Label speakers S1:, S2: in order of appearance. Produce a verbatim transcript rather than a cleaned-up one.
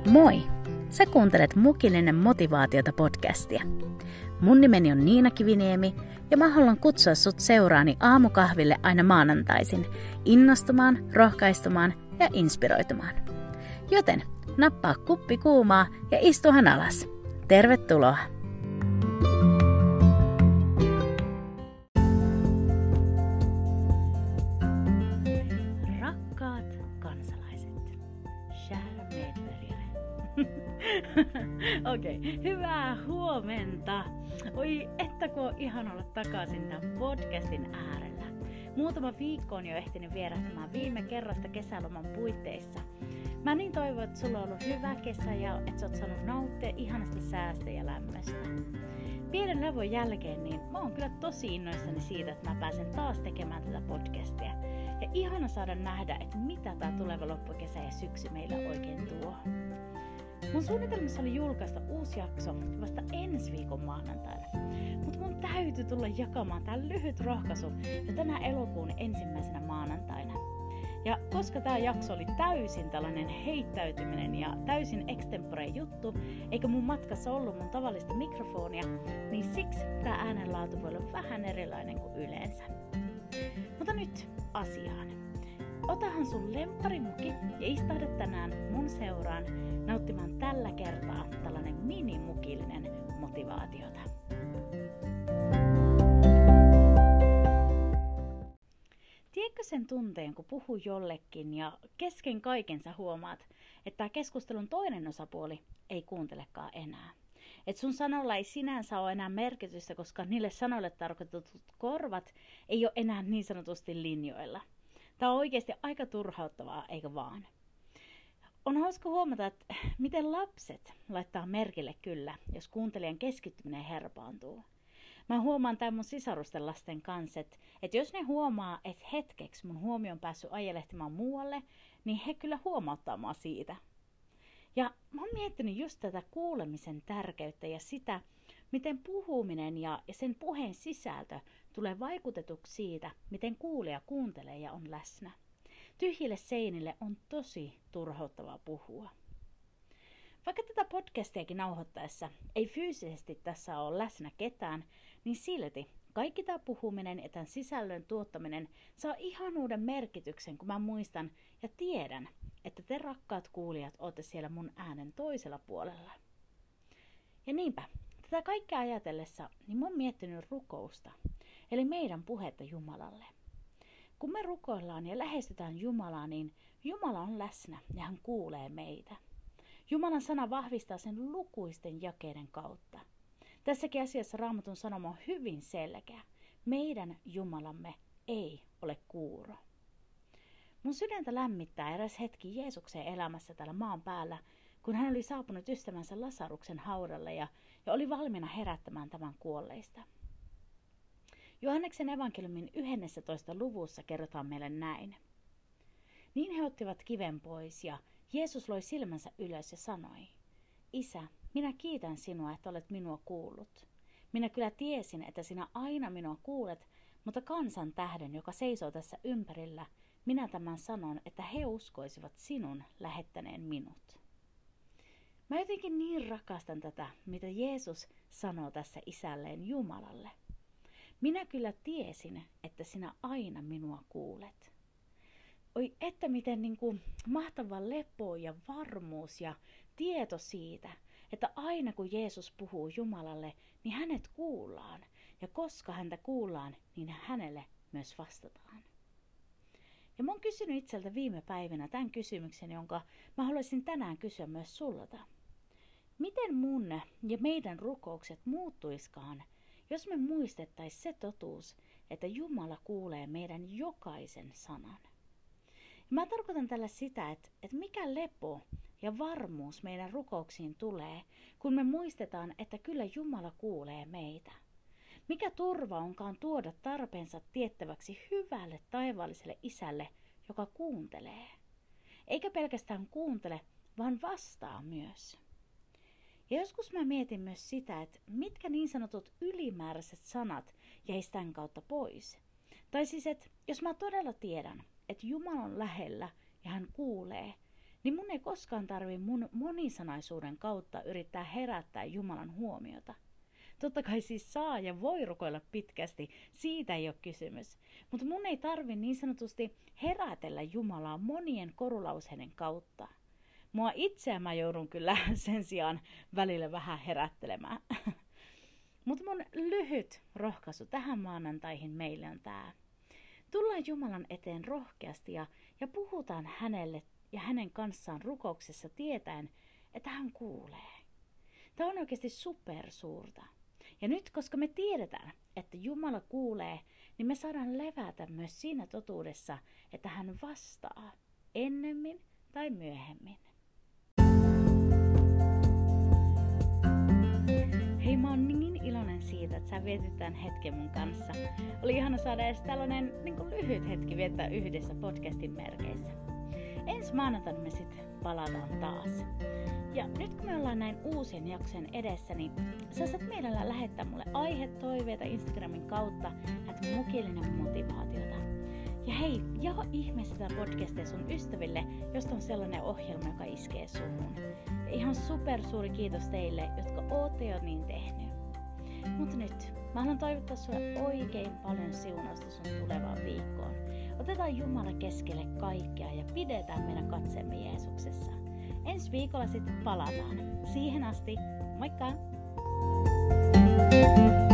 S1: Moi! Sä kuuntelet Mukillinen motivaatiota podcastia. Mun nimeni on Niina Kiviniemi ja mä haluan kutsua sut seuraani aamukahville aina maanantaisin innostumaan, rohkaistumaan ja inspiroitumaan. Joten nappaa kuppi kuumaa ja istuhan alas. Tervetuloa! Rakkaat kansalaiset, kära medborgare. Okei, okay. Hyvää huomenta! Oi, että kun on ihan olla takaisin tämän podcastin äärellä. Muutama viikko on jo ehtinyt vierähtämään viime kerrasta kesäloman puitteissa. Mä niin toivon, että sulla on ollut hyvä kesä ja että sä oot saanut nauttia ihanasta säästä ja lämmöstä. Pienen levon jälkeen niin mä oon kyllä tosi innoissani siitä, että mä pääsen taas tekemään tätä podcastia. Ja ihana saada nähdä, että mitä tää tuleva loppukesä ja syksy meillä oikein tuo. Mun suunnitelmassa oli julkaista uusi jakso vasta ensi viikon maanantaina. Mutta mun täytyy tulla jakamaan tää lyhyt rohkaisu jo tänä elokuun ensimmäisenä maanantaina. Ja koska tää jakso oli täysin tällainen heittäytyminen ja täysin extempore juttu, eikä mun matkassa ollut mun tavallista mikrofonia, niin siksi tää äänenlaatu voi olla vähän erilainen kuin yleensä. Mutta nyt asiaan. Otahan sun lempparimuki ja istahda tänään mun seuraan nauttimaan tällä kertaa tällainen minimukillinen motivaatiota. Tiedätkö sen tunteen, kun puhuu jollekin ja kesken kaiken sä huomaat, että tämä keskustelun toinen osapuoli ei kuuntelekaan enää. Että sun sanoilla ei sinänsä ole enää merkitystä, koska niille sanoille tarkoitetut korvat ei ole enää niin sanotusti linjoilla. Tämä on oikeasti aika turhauttavaa, eikä vaan. On hauska huomata, että miten lapset laittaa merkille kyllä, jos kuuntelijan keskittyminen herpaantuu. Mä huomaan tämän mun sisarusten lasten kanssa, että, että jos ne huomaa, että hetkeksi mun huomio on päässyt ajelehtimaan muualle, niin he kyllä huomauttaa mua siitä. Ja mä oon miettinyt just tätä kuulemisen tärkeyttä ja sitä, miten puhuminen ja, ja sen puheen sisältö tulee vaikutetuksi siitä, miten kuulija kuuntelee ja on läsnä. Tyhjille seinille on tosi turhauttavaa puhua. Vaikka tätä podcastiakin nauhoittaessa ei fyysisesti tässä ole läsnä ketään, niin silti kaikki tämä puhuminen ja tämän sisällön tuottaminen saa ihan uuden merkityksen, kun mä muistan ja tiedän, että te rakkaat kuulijat olette siellä mun äänen toisella puolella. Ja niinpä, tätä kaikkea ajatellessa, niin mä oon miettinyt rukousta, eli meidän puhetta Jumalalle. Kun me rukoillaan ja lähestytään Jumalaa, niin Jumala on läsnä ja hän kuulee meitä. Jumalan sana vahvistaa sen lukuisten jakeiden kautta. Tässäkin asiassa Raamatun sanoma on hyvin selkeä. Meidän Jumalamme ei ole kuuro. Mun sydäntä lämmittää eräs hetki Jeesuksen elämässä täällä maan päällä, kun hän oli saapunut ystävänsä Lasaruksen haudalle ja, ja oli valmiina herättämään tämän kuolleista. Johanneksen evankeliumin yhdennentoista luvussa kerrotaan meille näin. Niin he ottivat kiven pois ja Jeesus loi silmänsä ylös ja sanoi, Isä, minä kiitän sinua, että olet minua kuullut. Minä kyllä tiesin, että sinä aina minua kuulet, mutta kansan tähden, joka seisoo tässä ympärillä, minä tämän sanon, että he uskoisivat sinun lähettäneen minut. Mä jotenkin niin rakastan tätä, mitä Jeesus sanoo tässä isälleen Jumalalle. Minä kyllä tiesin, että sinä aina minua kuulet. Oi, että miten niin kuin mahtava lepo ja varmuus ja tieto siitä, että aina kun Jeesus puhuu Jumalalle, niin hänet kuullaan. Ja koska häntä kuullaan, niin hänelle myös vastataan. Ja mä oon kysynyt itseltä viime päivinä tämän kysymyksen, jonka mä haluaisin tänään kysyä myös sulta. Miten mun ja meidän rukoukset muuttuiskaan, jos me muistettaisiin se totuus, että Jumala kuulee meidän jokaisen sanan? Mä tarkoitan tällä sitä, että, että mikä lepo ja varmuus meidän rukouksiin tulee, kun me muistetaan, että kyllä Jumala kuulee meitä. Mikä turva onkaan tuoda tarpeensa tiettäväksi hyvälle taivaalliselle isälle, joka kuuntelee. Eikä pelkästään kuuntele, vaan vastaa myös. Ja joskus mä mietin myös sitä, että mitkä niin sanotut ylimääräiset sanat jäisi tämän kautta pois. Tai siis, että jos mä todella tiedän, että Jumala on lähellä ja hän kuulee, niin mun ei koskaan tarvi mun monisanaisuuden kautta yrittää herättää Jumalan huomiota. Totta kai siis saa ja voi rukoilla pitkästi, siitä ei ole kysymys. Mutta mun ei tarvi niin sanotusti herätellä Jumalaa monien korulauseiden kautta. Mua itseä mä joudun kyllä sen sijaan välillä vähän herättelemään. Mutta mun lyhyt rohkaisu tähän maanantaihin meille on tää. Tullaan Jumalan eteen rohkeasti ja, ja puhutaan hänelle ja hänen kanssaan rukouksessa tietäen, että hän kuulee. Tämä on oikeasti supersuurta. Ja nyt, koska me tiedetään, että Jumala kuulee, niin me saadaan levätä myös siinä totuudessa, että hän vastaa ennemmin tai myöhemmin. Hei, mä oon niin iloinen siitä, että sä vietit tämän hetken mun kanssa. Oli ihana saada edes tällainen niin kuin lyhyt hetki viettää yhdessä podcastin merkeissä. Ensi maanantaina me sitten palataan taas. Ja nyt kun me ollaan näin uusien jaksojen edessä, niin sä saat mielellään lähettää mulle aihetoiveita Instagramin kautta, että mukillinen motivaatiota. Ja hei, jaa ihmeessä tätä podcastia sun ystäville, jos on sellainen ohjelma, joka iskee suhun. Ja ihan super suuri kiitos teille, jotka ootte jo niin tehnyt. Mut nyt, mä haluan toivottaa sulle oikein paljon siunausta sun tulevaan viikkoon. Otetaan Jumala keskelle kaikkea ja pidetään meidän katseemme Jeesuksessa. Ensi viikolla sitten palataan. Siihen asti, moikka!